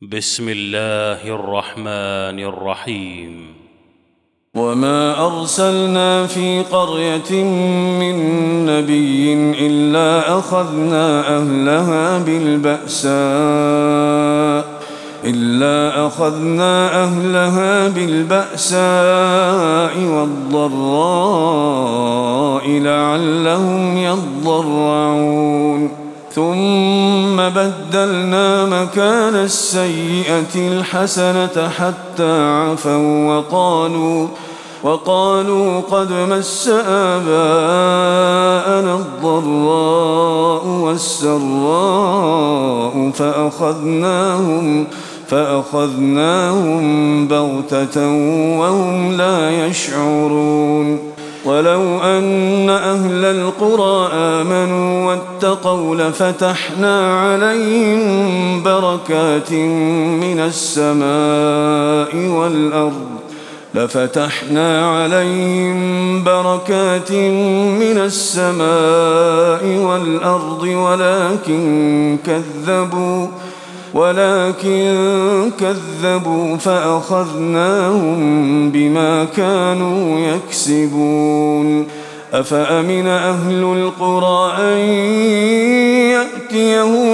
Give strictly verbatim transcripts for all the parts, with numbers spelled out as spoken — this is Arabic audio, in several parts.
بسم الله الرحمن الرحيم. وما أرسلنا في قرية من نبي إلا أخذنا أهلها بالبأساء إلا أخذنا أهلها بالبأساء والضراء لعلهم يضرعون ثم بدلنا مكان السيئة الحسنة حتى عفوا وقالوا وقالوا قد مس آباءنا الضراء والسراء فأخذناهم فأخذناهم بغتة وهم لا يشعرون ولو أن أهل القرى آمنوا واتقوا لفتحنا عليهم بركات من السماء والأرض لفتحنا عليهم بركات من السماء والأرض ولكن كذبوا ولكن كذبوا فأخذناهم بما كانوا يكسبون أفأمن أهل القرى أن يأتيهم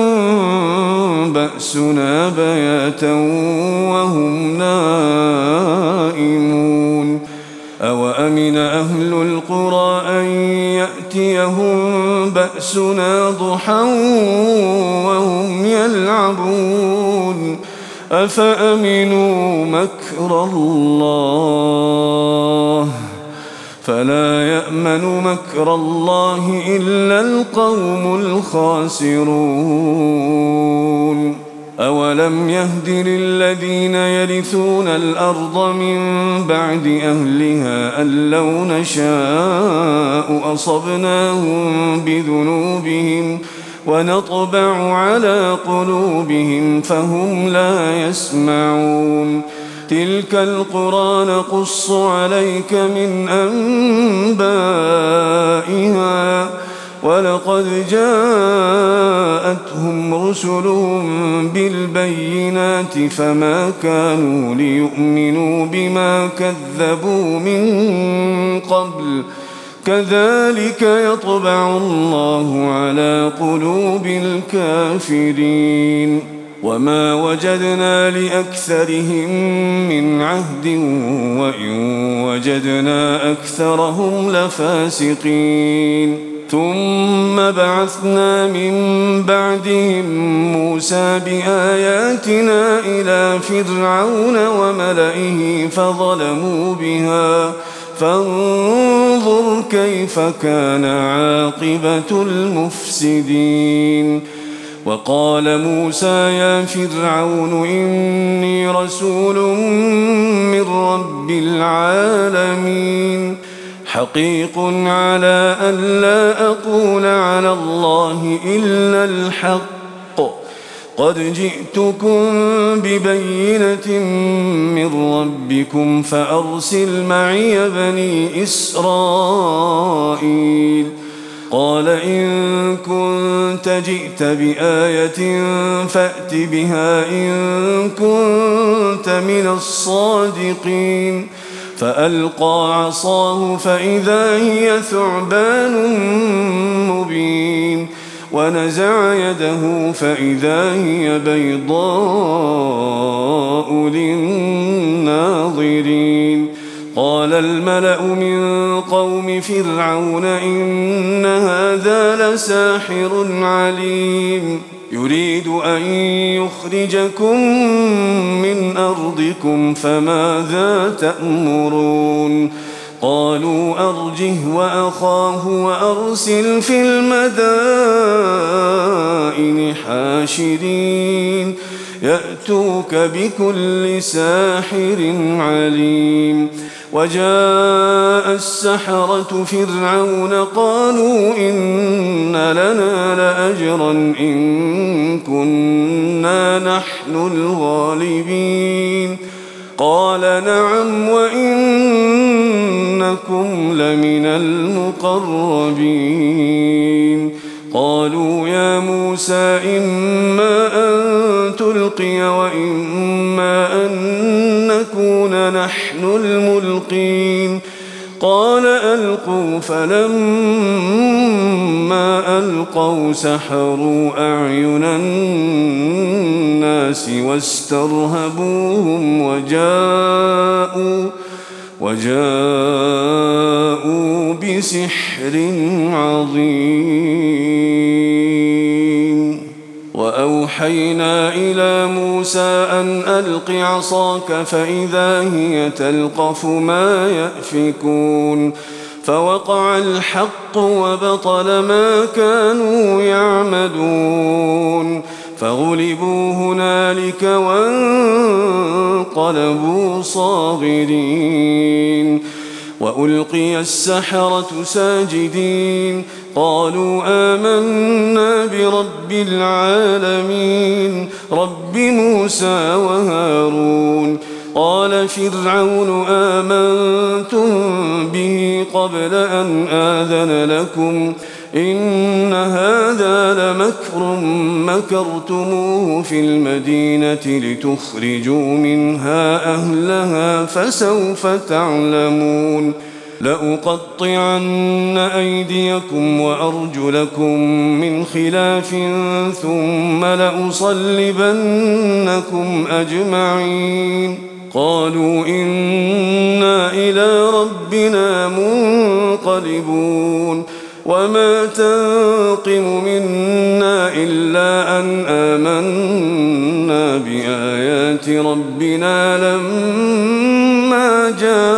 بأسنا بياتا وهم نائمون أوأمن أهل القرى أن يأتيهم بأسنا ضحى وهم يلعبون أفأمنوا مكر الله فلا يأمن مكر الله إلا القوم الخاسرون أولم يهد للذين يرثون الأرض من بعد أهلها أن لو نشاء أصبناهم بذنوبهم ونطبع على قلوبهم فهم لا يسمعون تلك القرى نقص عليك من أنبائها ولقد جاءتهم رسلهم بالبينات فما كانوا ليؤمنوا بما كذبوا من قبل كذلك يطبع الله على قلوب الكافرين وما وجدنا لأكثرهم من عهد وإن وجدنا أكثرهم لفاسقين ثم بعثنا من بعدهم موسى بآياتنا إلى فرعون وملئه فظلموا بها فانظر كيف كان عاقبة المفسدين وقال موسى يا فرعون إني رسول من رب العالمين حقيق على أن لا أقول على الله إلا الحق قد جئتكم ببينة من ربكم فأرسل معي بني إسرائيل قال إن كنت جئت بآية فأت بها إن كنت من الصادقين فألقى عصاه فإذا هي ثعبان مبين ونزع يده فإذا هي بيضاء للناظرين قال الملأ من قوم فرعون إن هذا لساحر عليم يريد أن يخرجكم من أرضكم فماذا تأمرون قالوا أرجه وأخاه وأرسل في المدائن حاشرين يأتوك بكل ساحر عليم وجاء السحرة فرعون قالوا إن لنا لأجرا إن كنا نحن الغالبين قال نعم وإنكم لمن المقربين قالوا يا موسى إما أن تلقي وإما أن نكون نحن الملقين قال ألقوا فلما ألقوا سحروا أعين الناس واسترهبوهم وجاءوا وجاءوا بسحر عظيم وأوحينا إلى موسى أن ألق عصاك فإذا هي تلقف ما يأفكون فوقع الحق وبطل ما كانوا يعمدون فغلبوا هنالك وانقلبوا صاغرين وألقي السحرة ساجدين قالوا آمنا برب العالمين رب موسى وهارون قال فرعون آمنتم به قبل أن آذن لكم إن هذا لمكر مكرتموه في المدينة لتخرجوا منها أهلها فسوف تعلمون لأقطعن أيديكم وأرجلكم من خلاف ثم لأصلبنكم أجمعين قالوا إنا إلى ربنا منقلبون وما تنقم منا إلا أن آمنا بآيات ربنا لما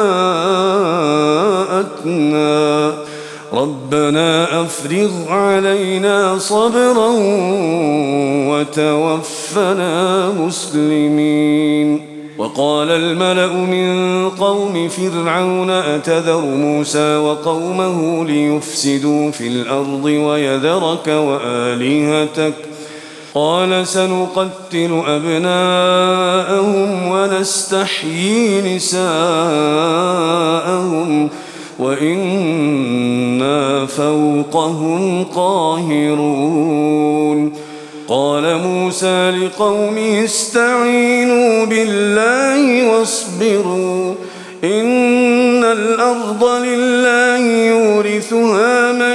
جاءتنا ربنا أفرغ علينا صبرا وتوفنا مسلمين وقال الملأ من قوم فرعون أتذر موسى وقومه ليفسدوا في الأرض ويذرك وآلهتك قال سنقتل أبناءهم ونستحيي نساءهم وإنا فوقهم قاهرون قال موسى لقومه استعينوا بالله واصبروا إن الأرض لله يورثها من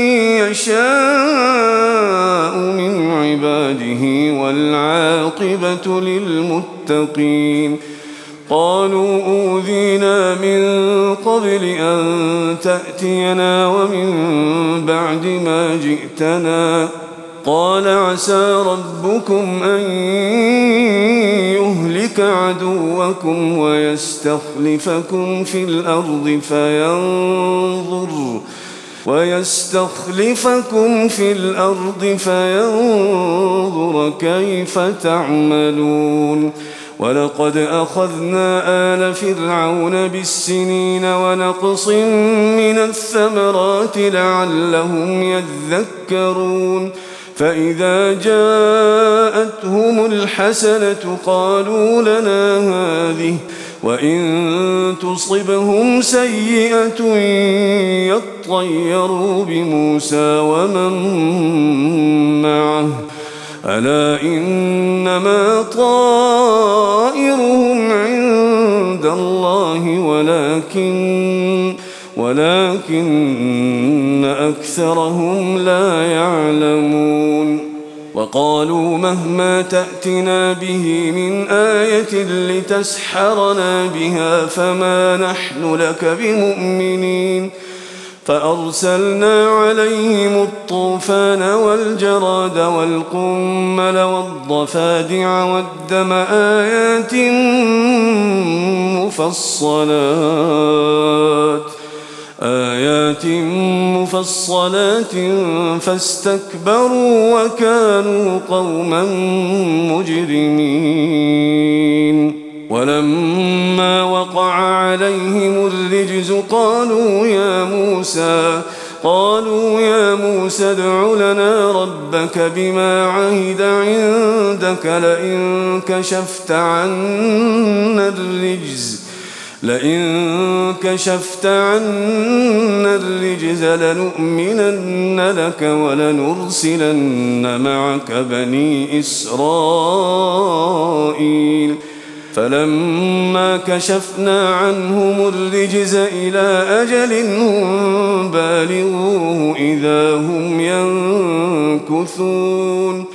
يشاء من عباده والعاقبة للمتقين قالوا أوذينا من قبل أن تأتينا ومن بعد ما جئتنا قال عسى ربكم أن يهلك عدوكم ويستخلفكم في الأرض فينظر ويستخلفكم في الأرض فينظر كيف تعملون ولقد أخذنا آل فرعون بالسنين ونقص من الثمرات لعلهم يذكرون فإذا جاءتهم الحسنة قالوا لنا هذه وإن تصبهم سيئة يطيروا بموسى ومن معه ألا إنما طائرهم عند الله ولكن ولكن أكثرهم لا يعلمون وقالوا مهما تأتنا به من آية لتسحرنا بها فما نحن لك بمؤمنين فأرسلنا عليهم الطوفان والجراد والقمل والضفادع والدم آيات مفصلات آيات مفصلات فاستكبروا وكانوا قوما مجرمين ولما وقع عليهم الرجز قالوا يا موسى قالوا يا موسى ادع لنا ربك بما عهد عندك لئن كشفت عنا الرجز لئن كشفت عنا الرجز لنؤمنن لك ولنرسلن معك بني إسرائيل فلما كشفنا عنهم الرجز إلى أجل هم بالغوه إذا هم ينكثون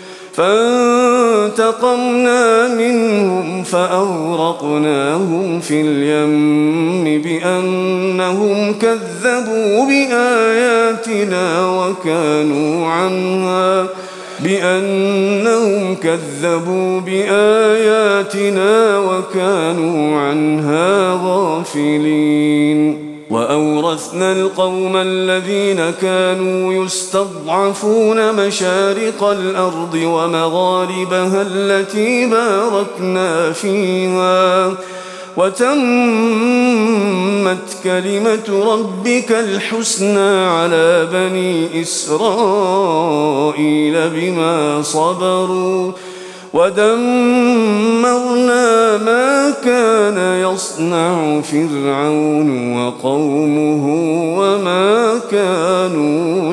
فانتقمنا منهم فأغرقناهم في اليم بأنهم كذبوا بآياتنا وكانوا عنها بأنهم كذبوا بآياتنا وكانوا عنها غافلين وأورثنا القوم الذين كانوا يستضعفون مشارق الأرض ومغاربها التي باركنا فيها وتمت كلمة ربك الحسنى على بني إسرائيل بما صبروا ودمرنا ما كان يصنع فرعون وقومه وما كانوا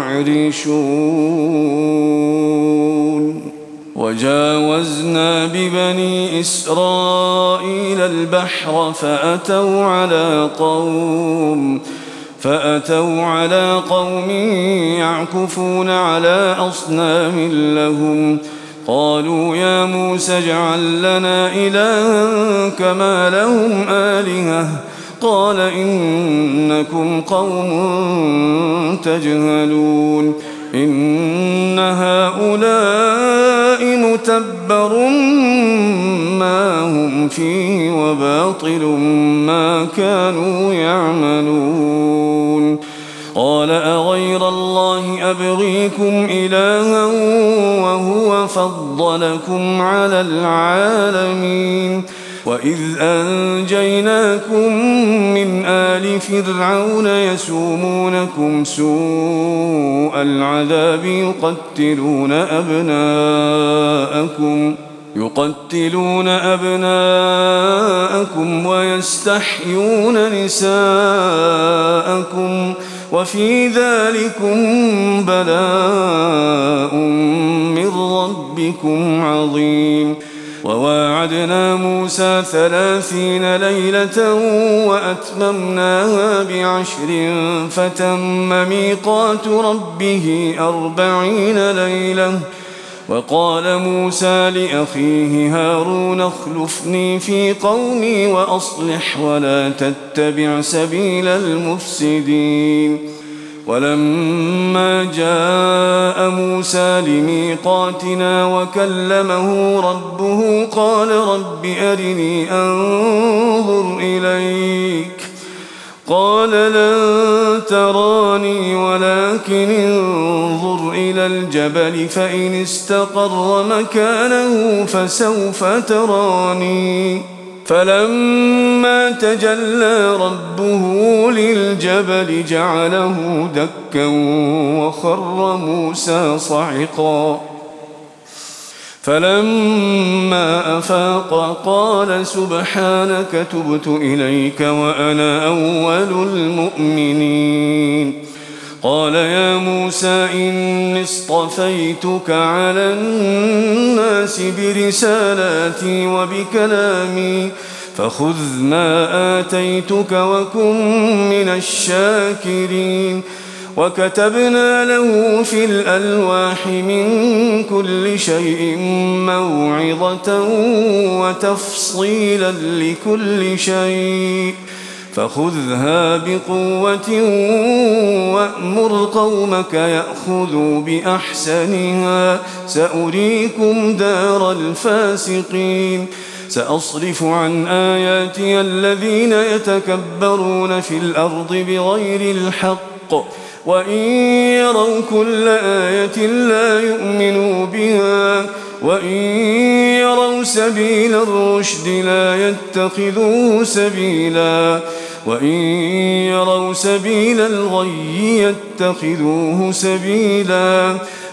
يعرشون وجاوزنا ببني إسرائيل البحر فأتوا على قوم فأتوا على قوم يعكفون على أصنام لهم قالوا يا موسى اجعل لنا إلها كما لهم آلهة قال إنكم قوم تجهلون إن هؤلاء متبر ما هم فيه وباطل ما كانوا يعملون قال أغير الله أبغيكم إلها وهو فضلكم على العالمين وإذ أنجيناكم من آل فرعون يسومونكم سوء العذاب يقتلون أبناءكم يقتلون أبناءكم ويستحيون نساءكم وفي ذلكم بلاء من ربكم عظيم وواعدنا موسى ثلاثين ليلة وأتممناها بعشر فتم ميقات ربه أربعين ليلة وقال موسى لأخيه هارون اخلفني في قومي وأصلح ولا تتبع سبيل المفسدين ولما جاء موسى لميقاتنا وكلمه ربه قال رب أرني أنظر إليك قال لن تراني ولكن انظر إلى الجبل فإن استقر مكانه فسوف تراني فلما تجلى ربه للجبل جعله دكا وخر موسى صعقا فلما أفاق قال سبحانك تبت إليك وأنا أول المؤمنين قال يا موسى إني اصطفيتك على الناس برسالاتي وبكلامي فخذ ما آتيتك وكن من الشاكرين وكتبنا له في الألواح من كل شيء موعظة وتفصيلا لكل شيء فخذها بقوة وأمر قومك يأخذوا بأحسنها سأريكم دار الفاسقين سأصرف عن آياتي الذين يتكبرون في الأرض بغير الحق وإن يروا كل آية لا يؤمنوا بها وإن يروا سبيل الرشد لا يتخذوه سبيلا وإن يروا سبيل الغي يتخذوه سبيلا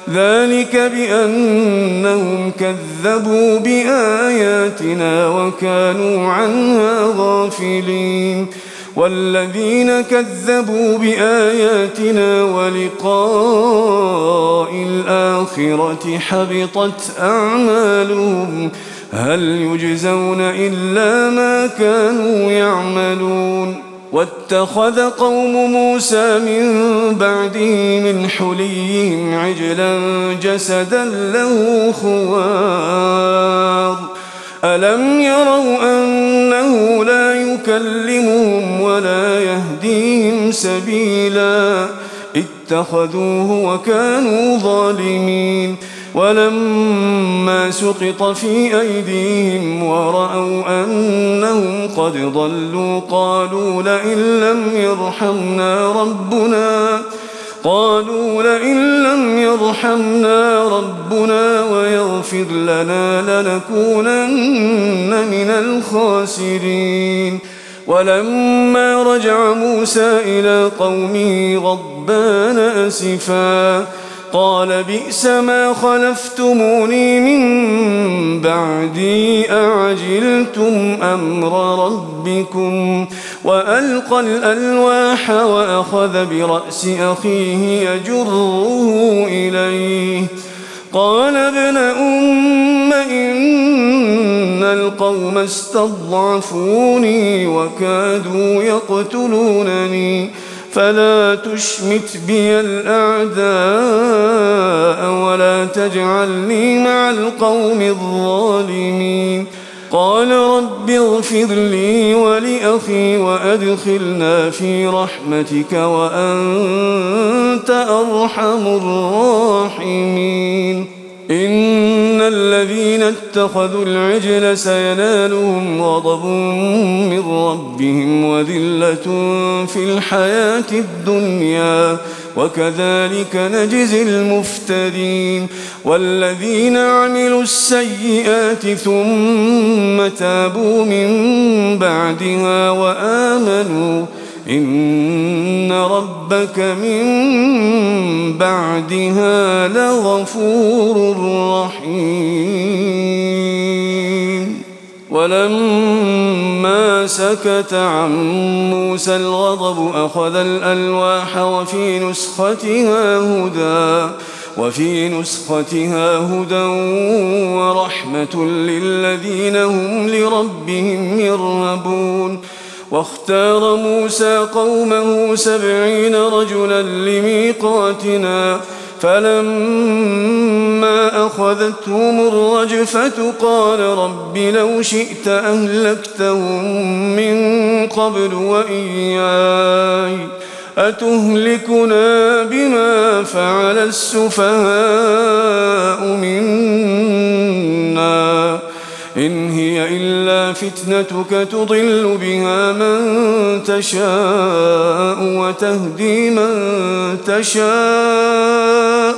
ذلك بأنهم كذبوا بآياتنا وكانوا عنها غافلين والذين كذبوا بآياتنا ولقاء الآخرة حبطت أعمالهم هل يجزون إلا ما كانوا يعملون واتخذ قوم موسى من بعده من حليهم عجلا جسدا له خوار ألم يروا أنه لا يكلمهم ولا يهديهم سبيلا اتخذوه وكانوا ظالمين ولما سقط في أيديهم ورأوا أنهم قد ضلوا قالوا لئن لم يرحمنا ربنا قالوا لئن لم يرحمنا ربنا ويغفر لنا لنكونن من الخاسرين ولما رجع موسى إلى قومه غضبان أسفا قال بئس ما خلفتموني من بعدي أعجلتم أمر ربكم وألقى الألواح وأخذ برأس أخيه يجره إليه قال ابن أم إن القوم استضعفوني وكادوا يقتلونني فلا تشمت بي الأعداء ولا تجعلني مع القوم الظالمين قال رب اغفر لي ولأخي وأدخلنا في رحمتك وأنت أرحم الراحمين إن الذين اتخذوا العجل سينالهم غضب من ربهم وذلة في الحياة الدنيا وكذلك نجزي المفترين والذين عملوا السيئات ثم تابوا من بعدها وآمنوا إن ربك من بعدها لغفور رحيم ولما سكت عن موسى الغضب أخذ الألواح وفي نسختها هدى وفي نسختها هدى ورحمة للذين هم لربهم يرهبون واختار موسى قومه سبعين رجلا لميقاتنا فلما أخذتهم الرجفة قال رب لو شئت أهلكتهم من قبل وإياي أتهلكنا بما فعل السفهاء منا إن هي إلا فتنتك تضل بها من تشاء وتهدي من تشاء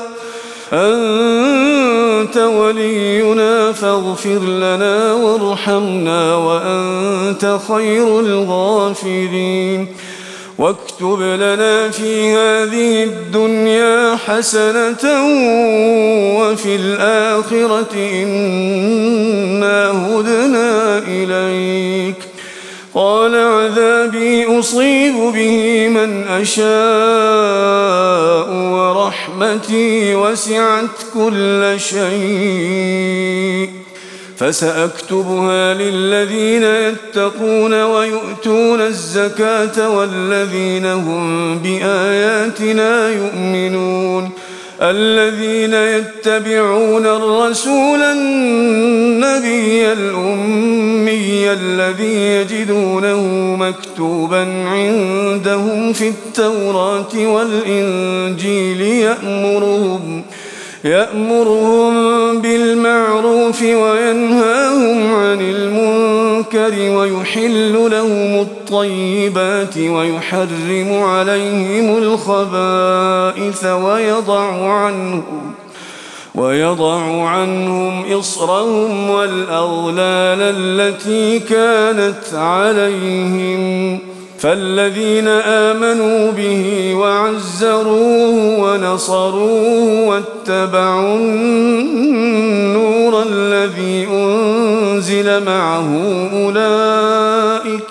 أنت ولينا فاغفر لنا وارحمنا وأنت خير الغافرين واكتب لنا في هذه الدنيا حسنة وفي الآخرة إنا هدنا إليك قال عذابي أصيب به من أشاء ورحمتي وسعت كل شيء فسأكتبها للذين يتقون ويؤتون الزكاة والذين هم بآياتنا يؤمنون الذين يتبعون الرسول النبي الأمي الذي يجدونه مكتوبا عندهم في التوراة والإنجيل يأمرهم يأمرهم بالمعروف وينهاهم عن المنكر ويحل لهم الطيبات ويحرم عليهم الخبائث ويضع عنهم ويضع عنهم إصرهم والأغلال التي كانت عليهم فالذين آمنوا به وعزروه ونصروه واتبعوا النور الذي أنزل معه أولئك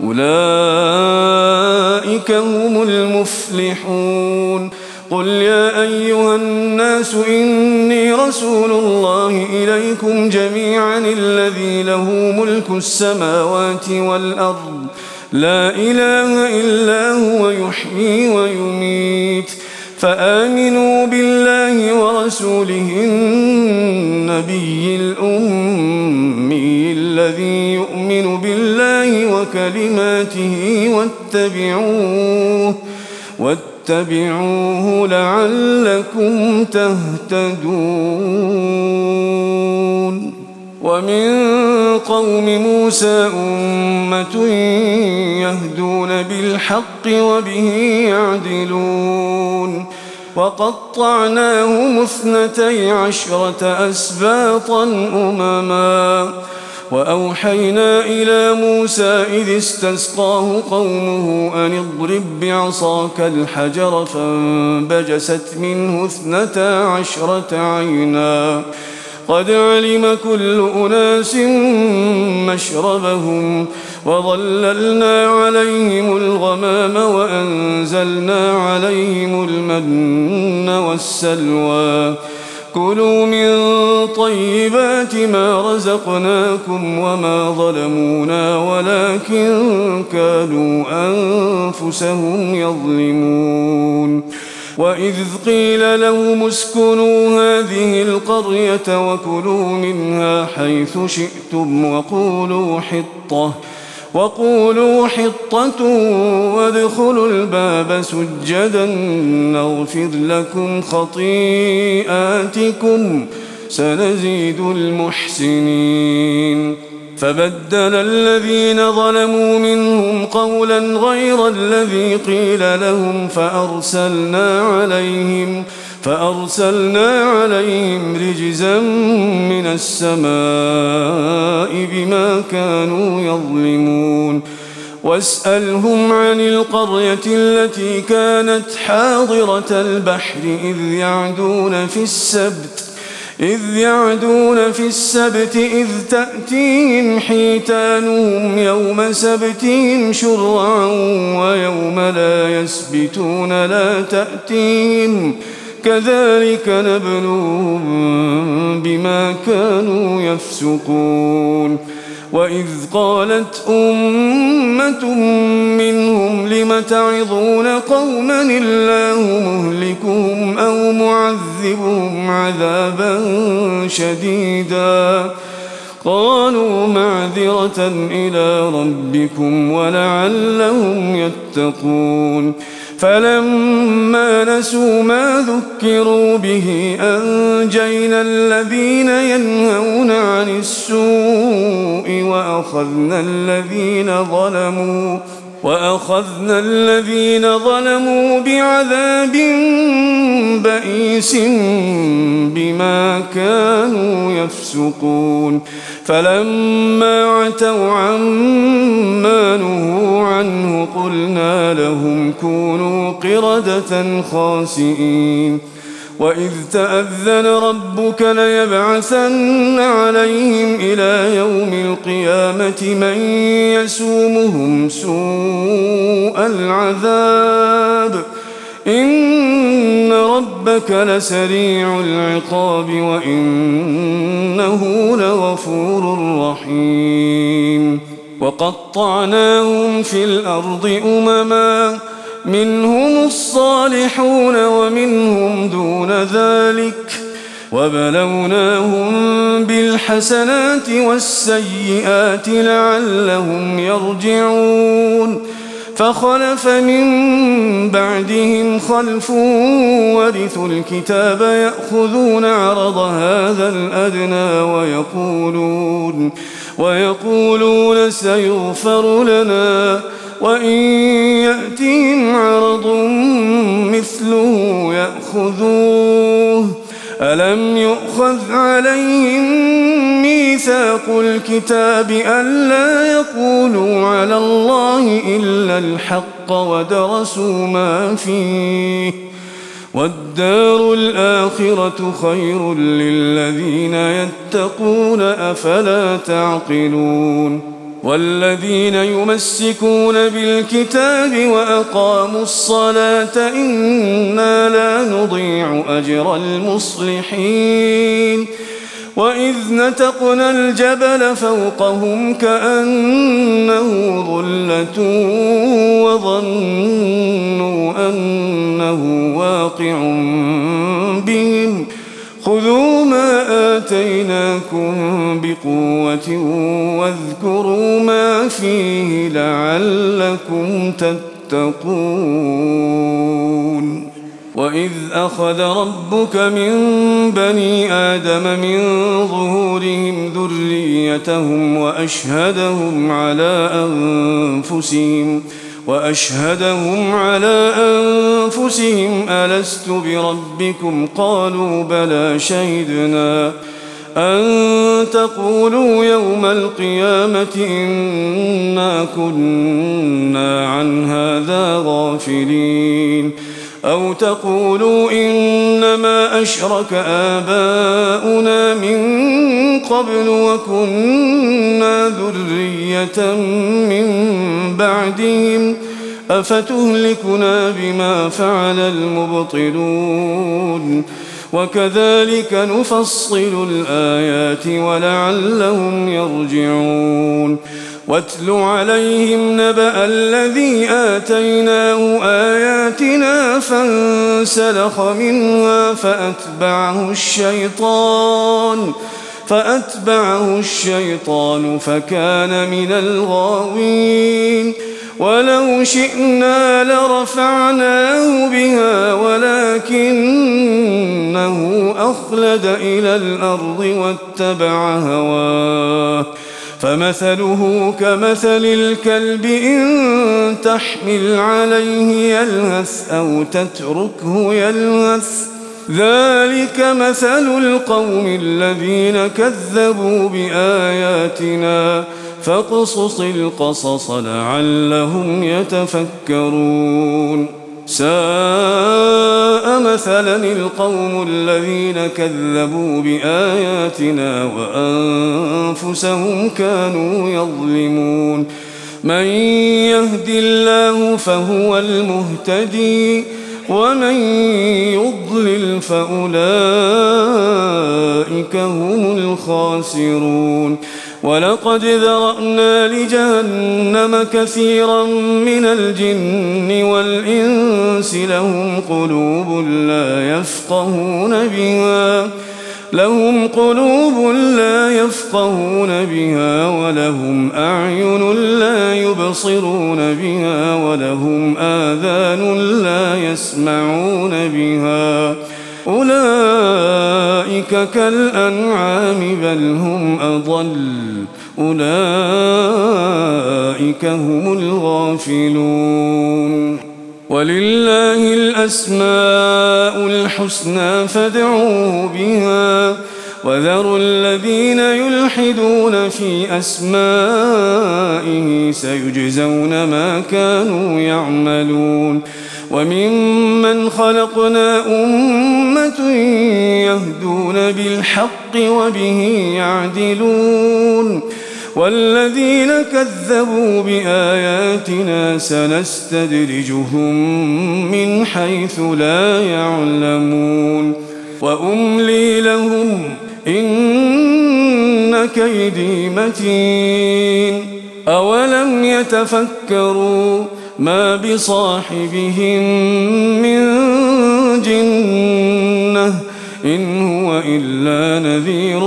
أولئك هم المفلحون. قل يا أيها الناس إني رسول الله إليكم جميعا الذي له ملك السماوات والأرض لا إله إلا هو يحيي ويميت فآمنوا بالله ورسوله النبي الأمي الذي يؤمن بالله وكلماته واتبعوه واتبعوه لعلكم تهتدون. ومن قوم موسى أمة يهدون بالحق وبه يعدلون وقطعناهم اثنتي عشرة أسباطا أمما وأوحينا إلى موسى إذ استسقاه قومه أن اضرب بعصاك الحجر فانبجست منه اثنتا عشرة عينا قد علم كل أناس مشربهم وظللنا عليهم الغمام وأنزلنا عليهم المن والسلوى كلوا من طيبات ما رزقناكم وما ظلمونا ولكن كانوا أنفسهم يظلمون. وإذ قيل لهم اسكنوا هذه القرية وكلوا منها حيث شئتم وقولوا حطة وقولوا حطة وادخلوا الباب سجدا نغفر لكم خطيئاتكم سنزيد المحسنين. فبدل الذين ظلموا منهم قولا غير الذي قيل لهم فأرسلنا عليهم فأرسلنا عليهم رجزا من السماء بما كانوا يظلمون. واسألهم عن القرية التي كانت حاضرة البحر إذ يعدون في السبت إذ يعدون في السبت إذ تأتيهم حيتانهم يوم سبتهم شرعا ويوم لا يسبتون لا تأتيهم كذلك نبلوهم بما كانوا يفسقون. وإذ قالت أمة منهم لم تعظون قوما الله مهلكهم أو معذبهم عذابا شديدا قالوا معذرة إلى ربكم ولعلهم يتقون. فلما نسوا ما ذكروا به أنجينا الذين ينهون عن السوء وأخذنا الذين ظلموا وأخذنا الذين ظلموا بعذاب بئيس بما كانوا يفسقون. فلما عتوا عما نهوا عنه قلنا لهم كونوا قردة خاسئين. وإذ تأذن ربك ليبعثن عليهم إلى يوم القيامة من يسومهم سوء العذاب إن ربك لسريع العقاب وإنه لغفور رحيم. وقطعناهم في الأرض أمما منهم الصالحون ومنهم دون ذلك وبلوناهم بالحسنات والسيئات لعلهم يرجعون. فخلف من بعدهم خلف ورثوا الكتاب يأخذون عرض هذا الأدنى ويقولون, ويقولون سيغفر لنا وإن يأتهم عرض مثله يأخذوه ألم يؤخذ عليهم ميثاق الكتاب ألا يقولوا على الله إلا الحق ودرسوا ما فيه والدار الآخرة خير للذين يتقون أفلا تعقلون والذين يمسكون بالكتاب وأقاموا الصلاة إنا لا نضيع أجر المصلحين وإذ نتقنا الجبل فوقهم كأنه ظلة وظنوا أنه واقع بهم خذوا ما آتيناكم بقوة واذكروا ما فيه لعلكم تتقون وإذ أخذ ربك من بني آدم من ظهورهم ذريتهم وأشهدهم على أنفسهم وأشهدهم على أنفسهم ألست بربكم قالوا بلى شهدنا أن تقولوا يوم القيامة إنا كنا عن هذا غافلين أو تقولوا إنما أشرك آباؤنا من قبل وكنا ذرية من بعدهم أفتهلكنا بما فعل المبطلون وكذلك نفصل الآيات ولعلهم يرجعون واتل عليهم نبأ الذي آتيناه آياتنا فانسلخ منها فأتبعه الشيطان فأتبعه الشيطان فكان من الغاوين ولو شئنا لرفعناه بها ولكنه أخلد إلى الأرض واتبع هواه فمثله كمثل الكلب إن تحمل عليه يلهث أو تتركه يلهث ذلك مثل القوم الذين كذبوا بآياتنا فاقصص القصص لعلهم يتفكرون ساء مثلا القوم الذين كذبوا بآياتنا وأنفسهم كانوا يظلمون من يهد الله فهو المهتدي ومن يضلل فأولئك هم الخاسرون ولقد ذرأنا لجهنم كثيرا من الجن والإنس لهم قلوب لا يفقهون بها لهم قلوب لا يفقهون بها ولهم أعين لا يبصرون بها ولهم آذان لا يسمعون بها أولئك كالأنعام بل هم أضل أولئك هم الغافلون ولله الأسماء الحسنى فادعوه بها وذروا الذين يلحدون في أسمائه سيجزون ما كانوا يعملون وممن خلقنا أمة يهدون بالحق وبه يعدلون والذين كذبوا بآياتنا سنستدرجهم من حيث لا يعلمون وأملي لهم إن كيدي متين أولم يتفكروا ما بصاحبهم من جنة إن هو إلا نذير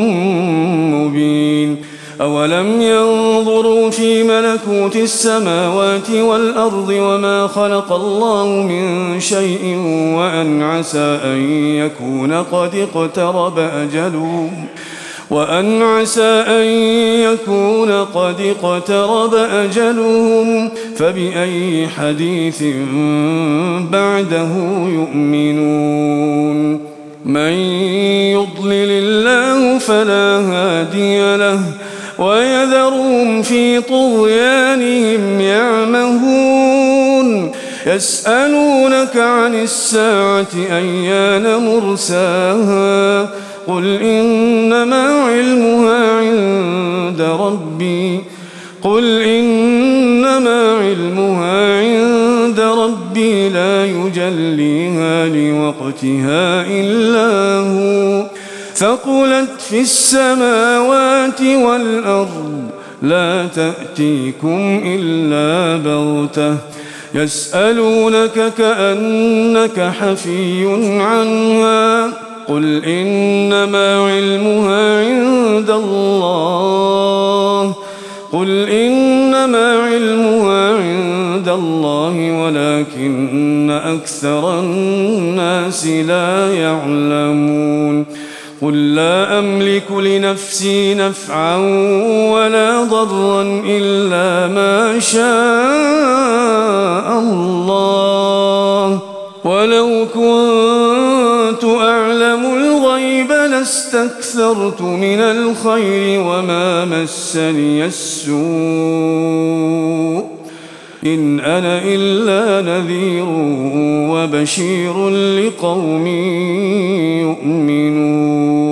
مبين أولم ينظروا في ملكوت السماوات والأرض وما خلق الله من شيء وأن عسى أن يكون قد اقترب أجلهم وأن عسى أن يكون قد اقترب أجلهم فبأي حديث بعده يؤمنون من يضلل الله فلا هادي له ويذرهم في طغيانهم يعمهون يسألونك عن الساعة أيان مرساها قل إنما علمها عند ربي قل إنما علمها عند ربي لا يجليها لوقتها إلا هو ثقلت في السماوات والأرض لا تأتيكم إلا بغتة يسألونك كأنك حفي عنها قل إنما علمها عند الله قل إنما علمها عند الله ولكن أكثر الناس لا يعلمون قل لا أملك لنفسي نفعا ولا ضرا إلا ما شاء الله ولو كنت أعلم الغيب لاستكثرت من الخير وما مسني السوء إن أنا إلا نذير وبشير لقوم يؤمنون